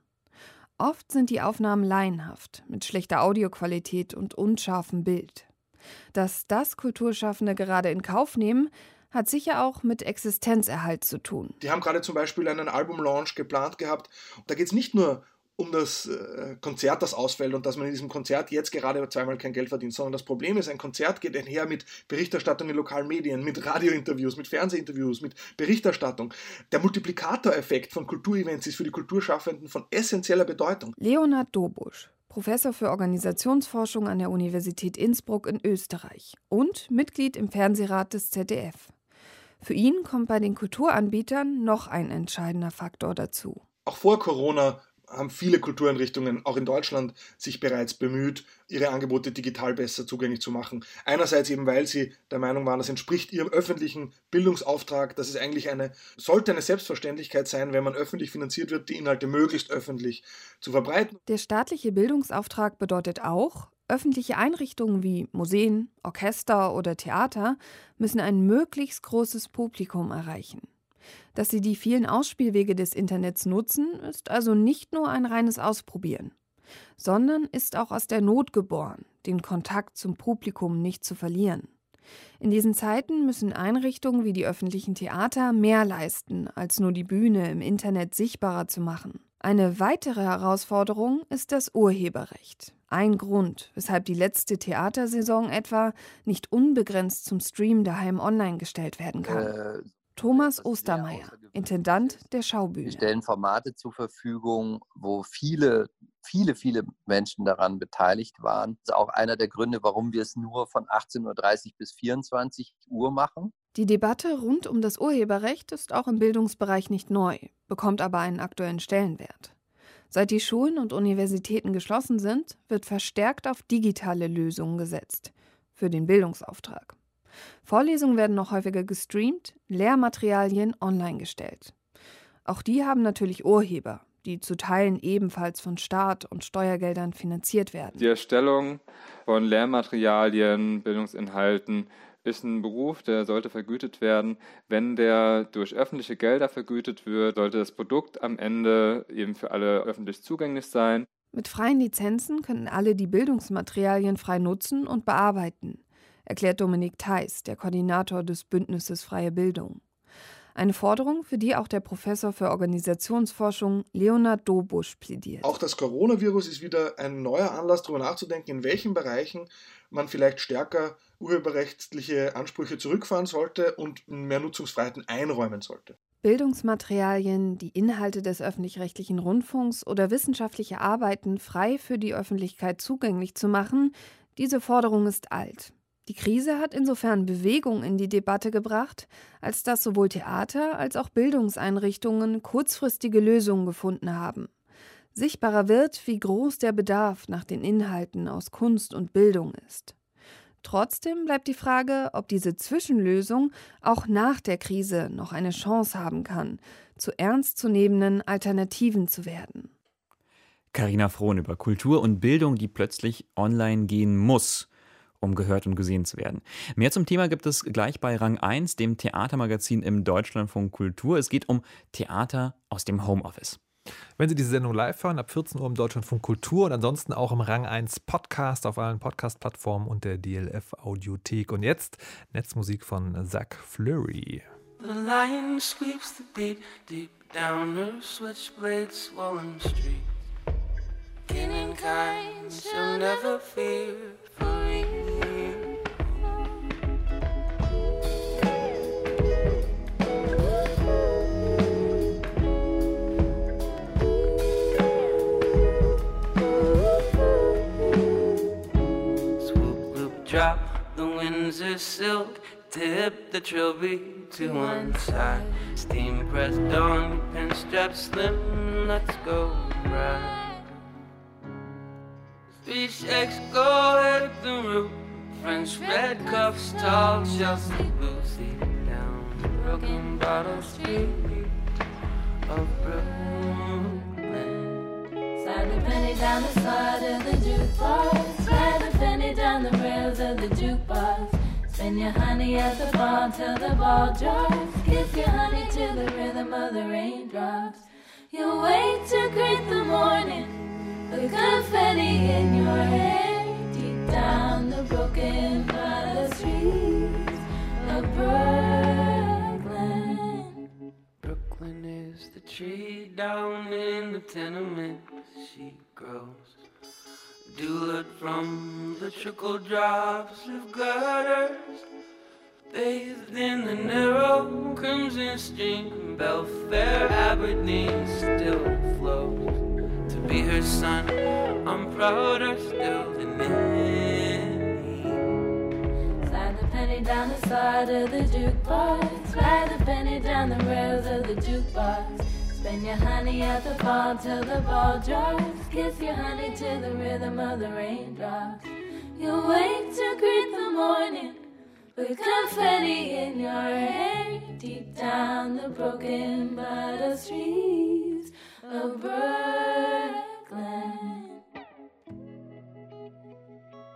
Oft sind die Aufnahmen laienhaft, mit schlechter Audioqualität und unscharfem Bild. Dass das Kulturschaffende gerade in Kauf nehmen, hat sicher auch mit Existenzerhalt zu tun. Die haben gerade zum Beispiel einen Album-Launch geplant gehabt. Da geht es nicht nur um das Konzert, das ausfällt und dass man in diesem Konzert jetzt gerade zweimal kein Geld verdient, sondern das Problem ist, ein Konzert geht einher mit Berichterstattung in lokalen Medien, mit Radiointerviews, mit Fernsehinterviews, mit Berichterstattung. Der Multiplikatoreffekt von Kulturevents ist für die Kulturschaffenden von essentieller Bedeutung. Leonhard Dobusch, Professor für Organisationsforschung an der Universität Innsbruck in Österreich und Mitglied im Fernsehrat des ZDF. Für ihn kommt bei den Kulturanbietern noch ein entscheidender Faktor dazu. Auch vor Corona haben viele Kultureinrichtungen, auch in Deutschland, sich bereits bemüht, ihre Angebote digital besser zugänglich zu machen. Einerseits eben, weil sie der Meinung waren, das entspricht ihrem öffentlichen Bildungsauftrag, dass es eigentlich sollte eine Selbstverständlichkeit sein, wenn man öffentlich finanziert wird, die Inhalte möglichst öffentlich zu verbreiten. Der staatliche Bildungsauftrag bedeutet auch, Öffentliche Einrichtungen wie Museen, Orchester oder Theater müssen ein möglichst großes Publikum erreichen. Dass sie die vielen Ausspielwege des Internets nutzen, ist also nicht nur ein reines Ausprobieren, sondern ist auch aus der Not geboren, den Kontakt zum Publikum nicht zu verlieren. In diesen Zeiten müssen Einrichtungen wie die öffentlichen Theater mehr leisten, als nur die Bühne im Internet sichtbarer zu machen. Eine weitere Herausforderung ist das Urheberrecht. Ein Grund, weshalb die letzte Theatersaison etwa nicht unbegrenzt zum Stream daheim online gestellt werden kann. Thomas Ostermeier, Intendant der Schaubühne. Wir stellen Formate zur Verfügung, wo viele Menschen daran beteiligt waren. Das ist auch einer der Gründe, warum wir es nur von 18:30 Uhr bis 24 Uhr machen. Die Debatte rund um das Urheberrecht ist auch im Bildungsbereich nicht neu, bekommt aber einen aktuellen Stellenwert. Seit die Schulen und Universitäten geschlossen sind, wird verstärkt auf digitale Lösungen gesetzt für den Bildungsauftrag. Vorlesungen werden noch häufiger gestreamt, Lehrmaterialien online gestellt. Auch die haben natürlich Urheber, die zu Teilen ebenfalls von Staat und Steuergeldern finanziert werden. Die Erstellung von Lehrmaterialien, Bildungsinhalten ist ein Beruf, der sollte vergütet werden. Wenn der durch öffentliche Gelder vergütet wird, sollte das Produkt am Ende eben für alle öffentlich zugänglich sein. Mit freien Lizenzen können alle die Bildungsmaterialien frei nutzen und bearbeiten, erklärt Dominik Theiss, der Koordinator des Bündnisses Freie Bildung. Eine Forderung, für die auch der Professor für Organisationsforschung Leonhard Dobusch plädiert. Auch das Coronavirus ist wieder ein neuer Anlass, darüber nachzudenken, in welchen Bereichen man vielleicht stärker urheberrechtliche Ansprüche zurückfahren sollte und mehr Nutzungsfreiheiten einräumen sollte. Bildungsmaterialien, die Inhalte des öffentlich-rechtlichen Rundfunks oder wissenschaftliche Arbeiten frei für die Öffentlichkeit zugänglich zu machen, diese Forderung ist alt. Die Krise hat insofern Bewegung in die Debatte gebracht, als dass sowohl Theater als auch Bildungseinrichtungen kurzfristige Lösungen gefunden haben. Sichtbarer wird, wie groß der Bedarf nach den Inhalten aus Kunst und Bildung ist. Trotzdem bleibt die Frage, ob diese Zwischenlösung auch nach der Krise noch eine Chance haben kann, zu ernstzunehmenden Alternativen zu werden. Carina Frohn über Kultur und Bildung, die plötzlich online gehen muss, um gehört und gesehen zu werden. Mehr zum Thema gibt es gleich bei Rang 1, dem Theatermagazin im Deutschlandfunk Kultur. Es geht um Theater aus dem Homeoffice. Wenn Sie diese Sendung live hören, ab 14 Uhr im Deutschlandfunk Kultur und ansonsten auch im Rang 1 Podcast auf allen Podcast-Plattformen und der DLF Audiothek. Und jetzt Netzmusik von Zach Fleury. The lion sweeps the beat deep down her switchblade swollen street. Kin and kind shall never fear for me. Drop the Windsor silk, tip the trilby to one side. Steam pressed on, pinstrap slim, let's go ride. Three shakes go at the roof, French red cuffs, tall Chelsea blue seat down the broken bottle street of Brooklyn. Slide the penny down the side of the jukebox, slide the penny down the rails of the jukebox. Spin your honey at the bar till the ball drops. Kiss your honey to the rhythm of the raindrops. You wait to greet the morning with confetti in your hair. Deep down the broken bottle streets of Brooklyn. Brooklyn is the tree down in the tenement she grows. Dewlet from the trickle drops of gutters, bathed in the narrow crimson stream. Belfair, Aberdeen still flows. To be her son, I'm prouder still than any. Slide the penny down the side of the jukebox, slide the penny down the rails of the jukebox. Spin your honey at the ball till the ball drops. Kiss your honey to the rhythm of the raindrops. You wait to greet the morning with confetti in your hair. Deep down the broken bottle streets of Brooklyn.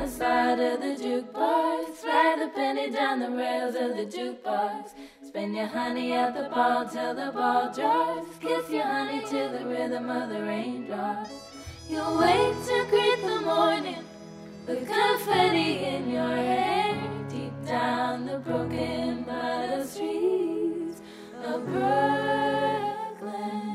the side of the jukebox. Slide the penny down the rails of the jukebox. Spin your honey at the ball till the ball drops. Kiss your honey to the rhythm of the raindrops. You'll wait to greet the morning, the confetti in your hair. Deep down the broken bottle streets of Brooklyn.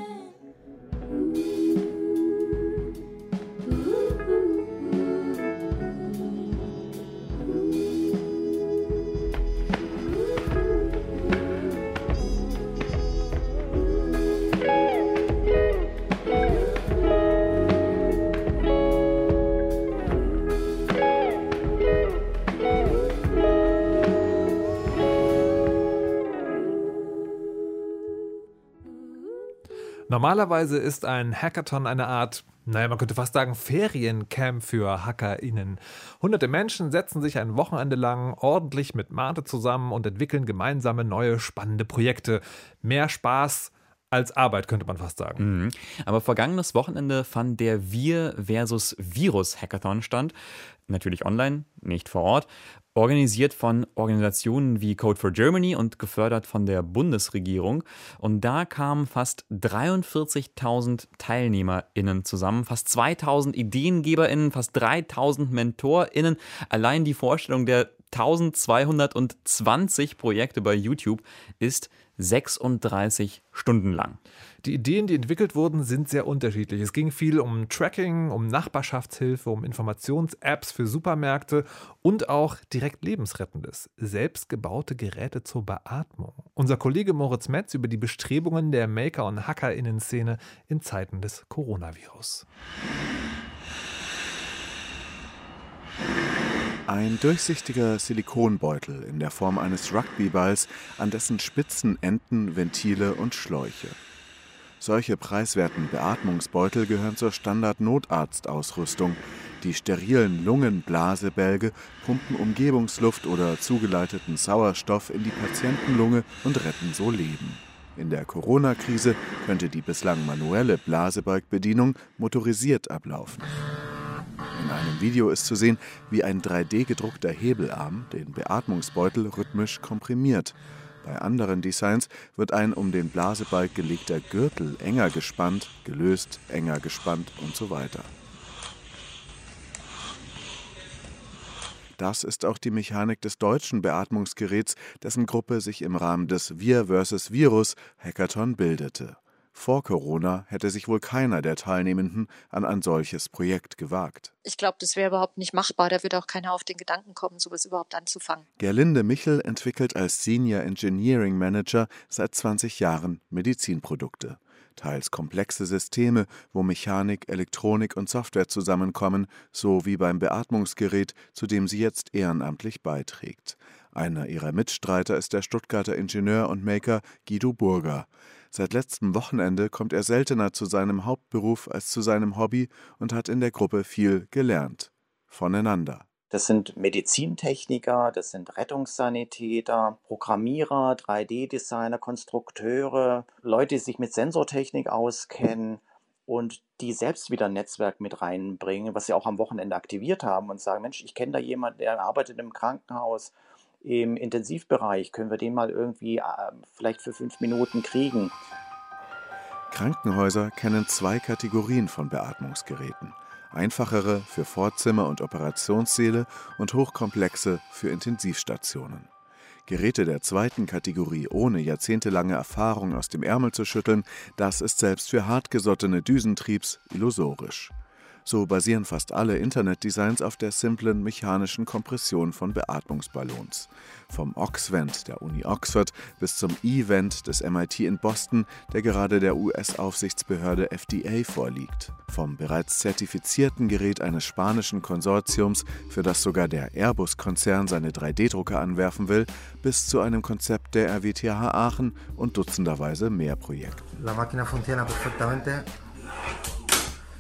Normalerweise ist ein Hackathon eine Art, man könnte fast sagen, Feriencamp für HackerInnen. Hunderte Menschen setzen sich ein Wochenende lang ordentlich mit Mate zusammen und entwickeln gemeinsame neue spannende Projekte. Mehr Spaß als Arbeit, könnte man fast sagen. Mhm. Aber vergangenes Wochenende fand der Wir versus Virus Hackathon statt. Natürlich online, nicht vor Ort. Organisiert von Organisationen wie Code for Germany und gefördert von der Bundesregierung. Und da kamen fast 43.000 TeilnehmerInnen zusammen, fast 2.000 IdeengeberInnen, fast 3.000 MentorInnen. Allein die Vorstellung der 1220 Projekte bei YouTube ist 36 Stunden lang. Die Ideen, die entwickelt wurden, sind sehr unterschiedlich. Es ging viel um Tracking, um Nachbarschaftshilfe, um Informations-Apps für Supermärkte und auch direkt Lebensrettendes. Selbstgebaute Geräte zur Beatmung. Unser Kollege Moritz Metz über die Bestrebungen der Maker- und HackerInnen-Szene in Zeiten des Coronavirus. Ein durchsichtiger Silikonbeutel in der Form eines Rugbyballs, an dessen Spitzen enden Ventile und Schläuche. Solche preiswerten Beatmungsbeutel gehören zur Standard-Notarztausrüstung. Die sterilen Lungenblasebälge pumpen Umgebungsluft oder zugeleiteten Sauerstoff in die Patientenlunge und retten so Leben. In der Corona-Krise könnte die bislang manuelle Blasebalgbedienung motorisiert ablaufen. In einem Video ist zu sehen, wie ein 3D-gedruckter Hebelarm den Beatmungsbeutel rhythmisch komprimiert. Bei anderen Designs wird ein um den Blasebalg gelegter Gürtel enger gespannt, gelöst, enger gespannt und so weiter. Das ist auch die Mechanik des deutschen Beatmungsgeräts, dessen Gruppe sich im Rahmen des Wir versus Virus Hackathon bildete. Vor Corona hätte sich wohl keiner der Teilnehmenden an ein solches Projekt gewagt. Ich glaube, das wäre überhaupt nicht machbar. Da würde auch keiner auf den Gedanken kommen, sowas überhaupt anzufangen. Gerlinde Michel entwickelt als Senior Engineering Manager seit 20 Jahren Medizinprodukte. Teils komplexe Systeme, wo Mechanik, Elektronik und Software zusammenkommen, so wie beim Beatmungsgerät, zu dem sie jetzt ehrenamtlich beiträgt. Einer ihrer Mitstreiter ist der Stuttgarter Ingenieur und Maker Guido Burger. Seit letztem Wochenende kommt er seltener zu seinem Hauptberuf als zu seinem Hobby und hat in der Gruppe viel gelernt. Voneinander. Das sind Medizintechniker, das sind Rettungssanitäter, Programmierer, 3D-Designer, Konstrukteure, Leute, die sich mit Sensortechnik auskennen und die selbst wieder ein Netzwerk mit reinbringen, was sie auch am Wochenende aktiviert haben und sagen, Mensch, ich kenne da jemanden, der arbeitet im Krankenhaus, im Intensivbereich, können wir den mal irgendwie vielleicht für 5 Minuten kriegen. Krankenhäuser kennen 2 Kategorien von Beatmungsgeräten. Einfachere für Vorzimmer und Operationssäle und hochkomplexe für Intensivstationen. Geräte der 2. Kategorie ohne jahrzehntelange Erfahrung aus dem Ärmel zu schütteln, das ist selbst für hartgesottene Düsentriebs illusorisch. So basieren fast alle Internetdesigns auf der simplen mechanischen Kompression von Beatmungsballons. Vom Oxvent der Uni Oxford bis zum E-Vent des MIT in Boston, der gerade der US-Aufsichtsbehörde FDA vorliegt. Vom bereits zertifizierten Gerät eines spanischen Konsortiums, für das sogar der Airbus-Konzern seine 3D-Drucker anwerfen will, bis zu einem Konzept der RWTH Aachen und dutzenderweise mehr Projekten. La máquina funciona perfectamente.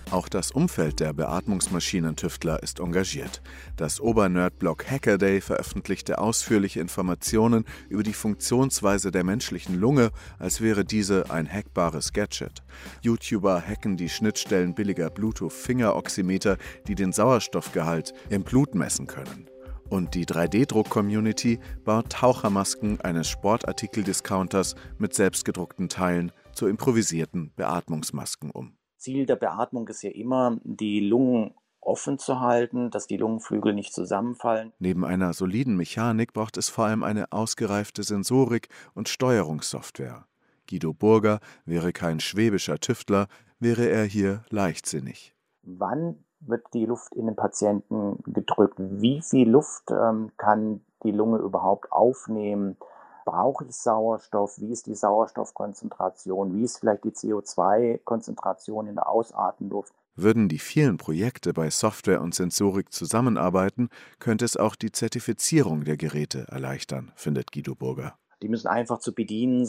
Auch das Umfeld der Beatmungsmaschinentüftler ist engagiert. Das Obernerd-Blog Hackaday veröffentlichte ausführliche Informationen über die Funktionsweise der menschlichen Lunge, als wäre diese ein hackbares Gadget. YouTuber hacken die Schnittstellen billiger Bluetooth-Fingeroximeter, die den Sauerstoffgehalt im Blut messen können. Und die 3D-Druck-Community baut Tauchermasken eines Sportartikel-Discounters mit selbstgedruckten Teilen zu improvisierten Beatmungsmasken um. Ziel der Beatmung ist ja immer, die Lungen offen zu halten, dass die Lungenflügel nicht zusammenfallen. Neben einer soliden Mechanik braucht es vor allem eine ausgereifte Sensorik und Steuerungssoftware. Guido Burger wäre kein schwäbischer Tüftler, wäre er hier leichtsinnig. Wann wird die Luft in den Patienten gedrückt? Wie viel Luft kann die Lunge überhaupt aufnehmen? Brauche ich Sauerstoff? Wie ist die Sauerstoffkonzentration? Wie ist vielleicht die CO2-Konzentration in der Ausatemluft? Würden die vielen Projekte bei Software und Sensorik zusammenarbeiten, könnte es auch die Zertifizierung der Geräte erleichtern, findet Guido Burger. Die müssen einfach zu bedienen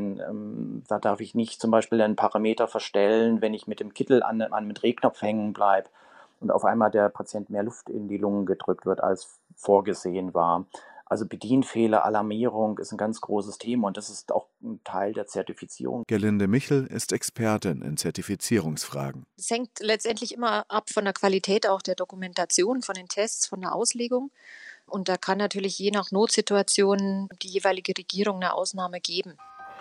sein. Da darf ich nicht zum Beispiel einen Parameter verstellen, wenn ich mit dem Kittel an dem Drehknopf hängen bleibe und auf einmal der Patient mehr Luft in die Lungen gedrückt wird, als vorgesehen war. Also Bedienfehler, Alarmierung ist ein ganz großes Thema und das ist auch ein Teil der Zertifizierung. Gerlinde Michel ist Expertin in Zertifizierungsfragen. Es hängt letztendlich immer ab von der Qualität auch der Dokumentation, von den Tests, von der Auslegung. Und da kann natürlich je nach Notsituation die jeweilige Regierung eine Ausnahme geben.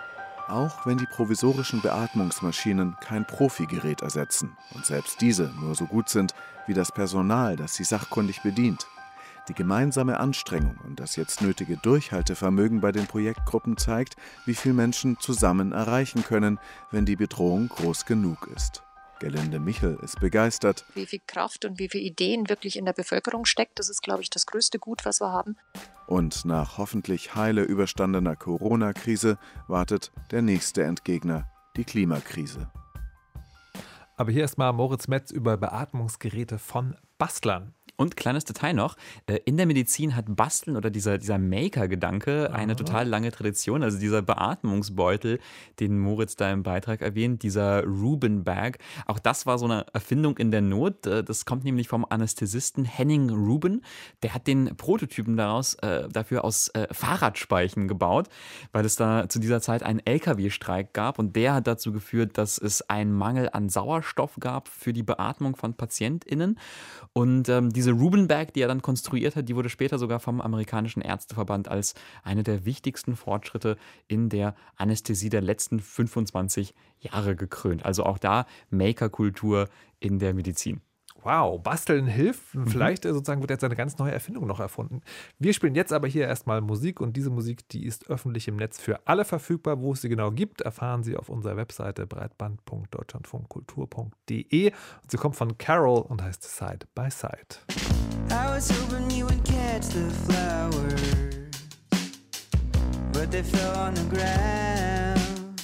Auch wenn die provisorischen Beatmungsmaschinen kein Profigerät ersetzen und selbst diese nur so gut sind wie das Personal, das sie sachkundig bedient. Die gemeinsame Anstrengung und das jetzt nötige Durchhaltevermögen bei den Projektgruppen zeigt, wie viel Menschen zusammen erreichen können, wenn die Bedrohung groß genug ist. Gerlinde Michel ist begeistert. Wie viel Kraft und wie viele Ideen wirklich in der Bevölkerung steckt, das ist, glaube ich, das größte Gut, was wir haben. Und nach hoffentlich heile überstandener Corona-Krise wartet der nächste Endgegner, die Klimakrise. Aber hier erstmal Moritz Metz über Beatmungsgeräte von Bastlern. Und kleines Detail noch, in der Medizin hat Basteln oder dieser Maker-Gedanke eine total lange Tradition. Also dieser Beatmungsbeutel, den Moritz da im Beitrag erwähnt, dieser Ruben-Bag, auch das war so eine Erfindung in der Not. Das kommt nämlich vom Anästhesisten Henning Ruben. Der hat den Prototypen dafür aus Fahrradspeichen gebaut, weil es da zu dieser Zeit einen LKW-Streik gab und der hat dazu geführt, dass es einen Mangel an Sauerstoff gab für die Beatmung von PatientInnen. Und diese Ruben-Bag, die er dann konstruiert hat, die wurde später sogar vom amerikanischen Ärzteverband als eine der wichtigsten Fortschritte in der Anästhesie der letzten 25 Jahre gekrönt. Also auch da Maker-Kultur in der Medizin. Wow, Basteln hilft. Vielleicht sozusagen wird jetzt eine ganz neue Erfindung noch erfunden. Wir spielen jetzt aber hier erstmal Musik und diese Musik, die ist öffentlich im Netz für alle verfügbar. Wo es sie genau gibt, erfahren Sie auf unserer Webseite breitband.deutschlandfunkkultur.de. Und sie kommt von Carol und heißt Side by Side. I was hoping you would catch the flowers, but they fell on the ground.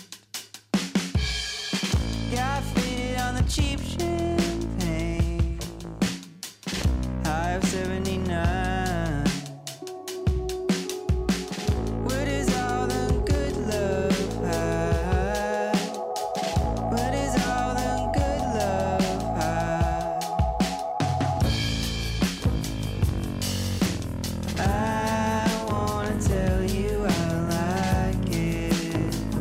Got faded on the cheap champagne, high of 79. What is all the good love high? What is all the good love high? I wanna tell you I like it.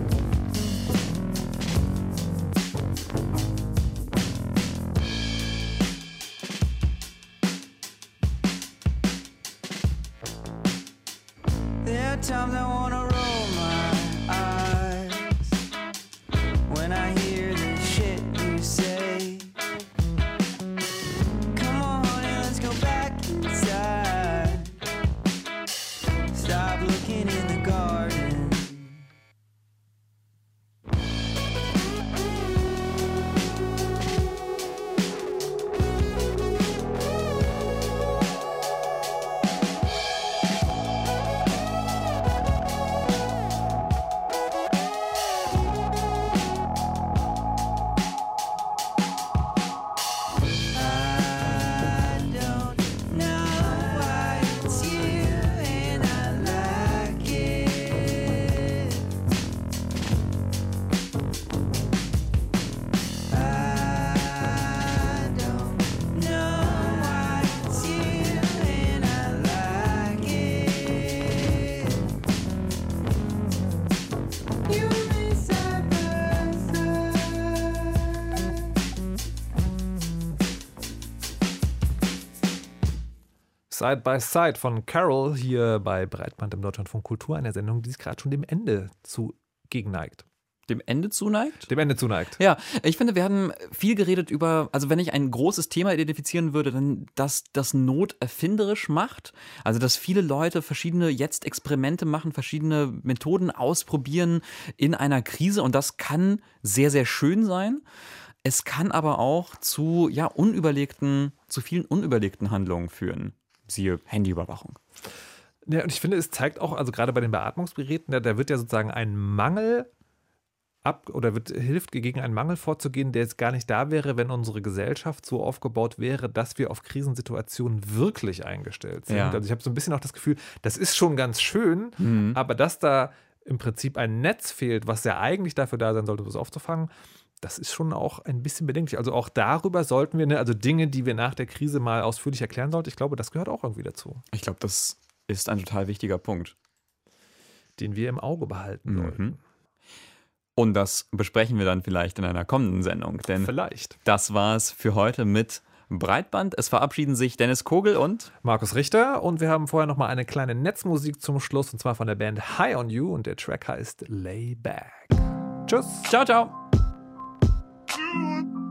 Side by Side von Carol hier bei Breitband im Deutschlandfunk Kultur, einer Sendung, die sich gerade schon dem Ende gegenneigt. Dem Ende zuneigt? Dem Ende zuneigt. Ja, ich finde, wir haben viel geredet über, also wenn ich ein großes Thema identifizieren würde, dann, dass das Not erfinderisch macht. Also, dass viele Leute verschiedene jetzt Experimente machen, verschiedene Methoden ausprobieren in einer Krise. Und das kann sehr, sehr schön sein. Es kann aber auch zu vielen unüberlegten Handlungen führen. Siehe Handyüberwachung. Ja, und ich finde, es zeigt auch, also gerade bei den Beatmungsgeräten, da wird ja sozusagen ein Mangel hilft gegen einen Mangel vorzugehen, der jetzt gar nicht da wäre, wenn unsere Gesellschaft so aufgebaut wäre, dass wir auf Krisensituationen wirklich eingestellt sind. Ja. Also ich habe so ein bisschen auch das Gefühl, das ist schon ganz schön, aber dass da im Prinzip ein Netz fehlt, was ja eigentlich dafür da sein sollte, das aufzufangen, das ist schon auch ein bisschen bedenklich. Also auch darüber sollten wir, also Dinge, die wir nach der Krise mal ausführlich erklären sollten, ich glaube, das gehört auch irgendwie dazu. Ich glaube, das ist ein total wichtiger Punkt. Den wir im Auge behalten sollten. Und das besprechen wir dann vielleicht in einer kommenden Sendung. Denn vielleicht. Das war es für heute mit Breitband. Es verabschieden sich Dennis Kogel und Markus Richter. Und wir haben vorher nochmal eine kleine Netzmusik zum Schluss. Und zwar von der Band High on You. Und der Track heißt Lay Back. Tschüss. Ciao, ciao.